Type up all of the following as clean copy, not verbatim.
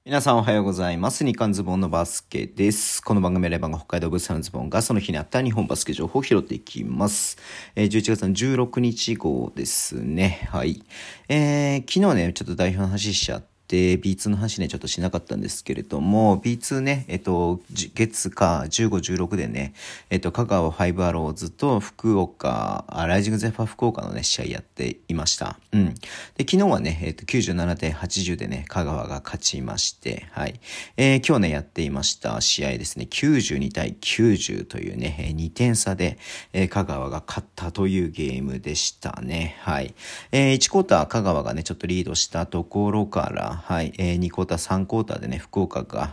皆さんおはようございます。日刊ズボンのバスケです。この番組はレバンが北海道物産のズボンがその日にあった日本バスケ情報を拾っていきます。11月の16日号ですね。はい。昨日ね、ちょっと代表の話しちゃって、B2 の話ね、ちょっとしなかったんですけれども、B2 ね、月か15、16でね、香川ファイブアローズとライジングゼファー福岡のね、試合やっていました。うん。で、昨日はね、97対80でね、香川が勝ちまして、はい。今日ね、やっていました試合ですね、92対90というね、2点差で、香川が勝ったというゲームでしたね。はい。1クォーター香川がね、ちょっとリードしたところから、はい、2クォーター、3クォーターでね、福岡が、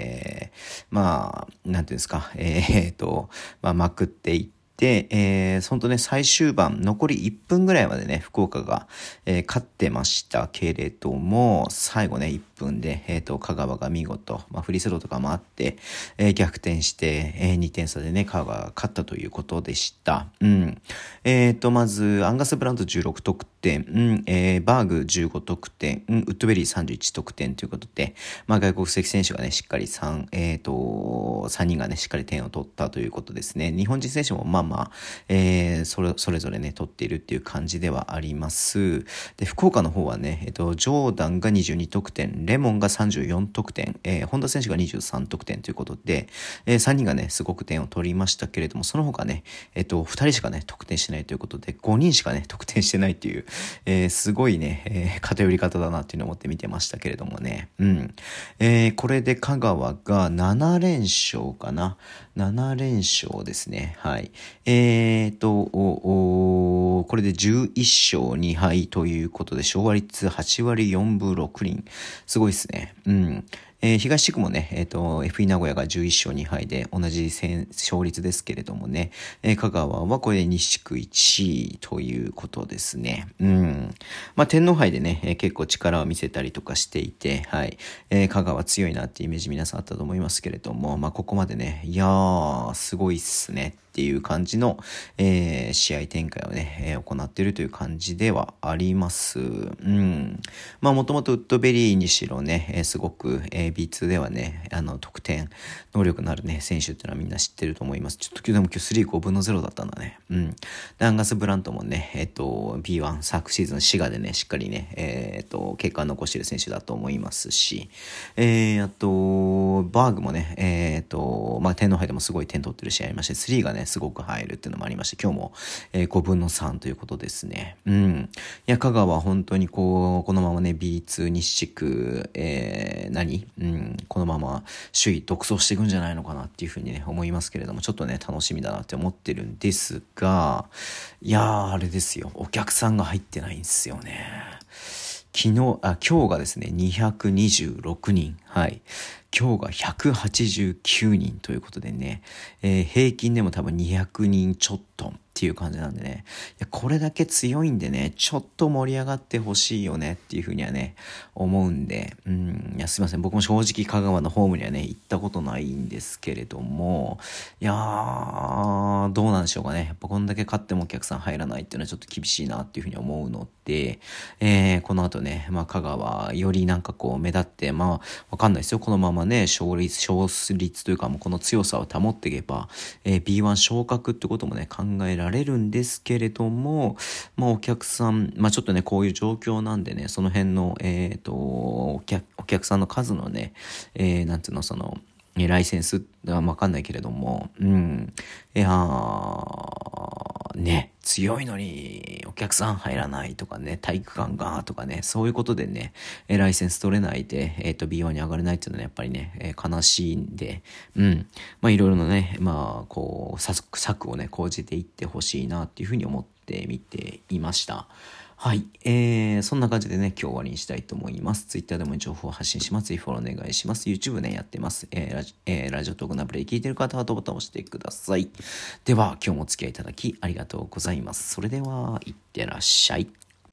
なんていうんですか、まくっていって、そのとね、最終盤、残り1分ぐらいまでね、福岡が、勝ってましたけれども、最後ね、1分で、香川が見事、フリースローとかもあって、逆転して、2点差でね、香川が勝ったということでした。うん。まず、アンガス・ブラント16得点、バーグ15得点、ウッドベリー31得点ということで、外国籍選手がね、しっかり3人がね、しっかり点を取ったということですね。日本人選手もそれぞれね、取っているっていう感じではあります。で、福岡の方はね、ジョーダンが22得点、レモンが34得点、本田選手が23得点ということで、3人がね、すごく点を取りましたけれども、その他ね、2人しかね、得点してないということで、5人しかね、得点してないっていう、すごいね、偏り方だなっていうのを思って見てましたけれどもね。うん。これで香川が7連勝かな。7連勝ですね。はい。これで11勝2敗ということで、勝率8割4分6厘。すごいですね。うん。東地区もね、FE 名古屋が11勝2敗で同じ勝率ですけれどもね、香川はこれで西地区1位ということですね。うん。天皇杯でね、結構力を見せたりとかしていて、はい。香川強いなってイメージ皆さんあったと思いますけれども、ここまでね、いやー、すごいっすね。っていう感じの、試合展開をね、行っているという感じではあります。うん。もともとウッドベリーにしろね、すごく、B2 ではね、得点能力のあるね、選手っていうのはみんな知ってると思います。ちょっとでも今日3、5分の0だったんだね。うん。で、アンガス・ブラントもね、B1 昨シーズン滋賀でね、しっかりね、結果を残している選手だと思いますし、あと、バーグもね、天皇杯でもすごい点取ってる試合ありまして、3がね、すごく入るっていうのもありまして、今日も、5分の3ということですね。うん。いや、香川は本当にこのままね、B2 西地区、このまま首位独走していくんじゃないのかなっていうふうにね、思いますけれども、ちょっとね、楽しみだなって思ってるんですが、いやー、あれですよ。お客さんが入ってないんですよね。今日がですね、226人。はい。今日が189人ということでね、平均でも多分200人ちょっとっていう感じなんでね、いやこれだけ強いんでね、ちょっと盛り上がってほしいよねっていうふうにはね、思うんで、いやすいません、僕も正直香川のホームにはね、行ったことないんですけれども、いやー、どうなんでしょうかね。やっぱこんだけ勝ってもお客さん入らないっていうのはちょっと厳しいなっていうふうに思うので、この後ね、香川よりなんかこう目立って、わかんないですよ。このままね、勝率というか、もうこの強さを保っていけば、B1 昇格ってこともね、考えられるんですけれども、お客さん、ちょっとね、こういう状況なんでね、その辺の、お客さんの数のね、なんていうの、ライセンスはわかんないけれども、いやー、ね、強いのにお客さん入らないとかね、体育館がとかね、そういうことでね、ライセンス取れないで、B1 に上がれないっていうのはやっぱりね、悲しいんで、いろいろなね、策をね、講じていってほしいなっていうふうに思ってみていました。はい。そんな感じでね、今日終わりにしたいと思います。Twitter でも情報を発信します。ぜひフォローお願いします。YouTube ね、やってます。ラジオトークのアプリ聞いてる方はハートボタンを押してください。では、今日もお付き合いいただきありがとうございます。それでは、いってらっしゃい。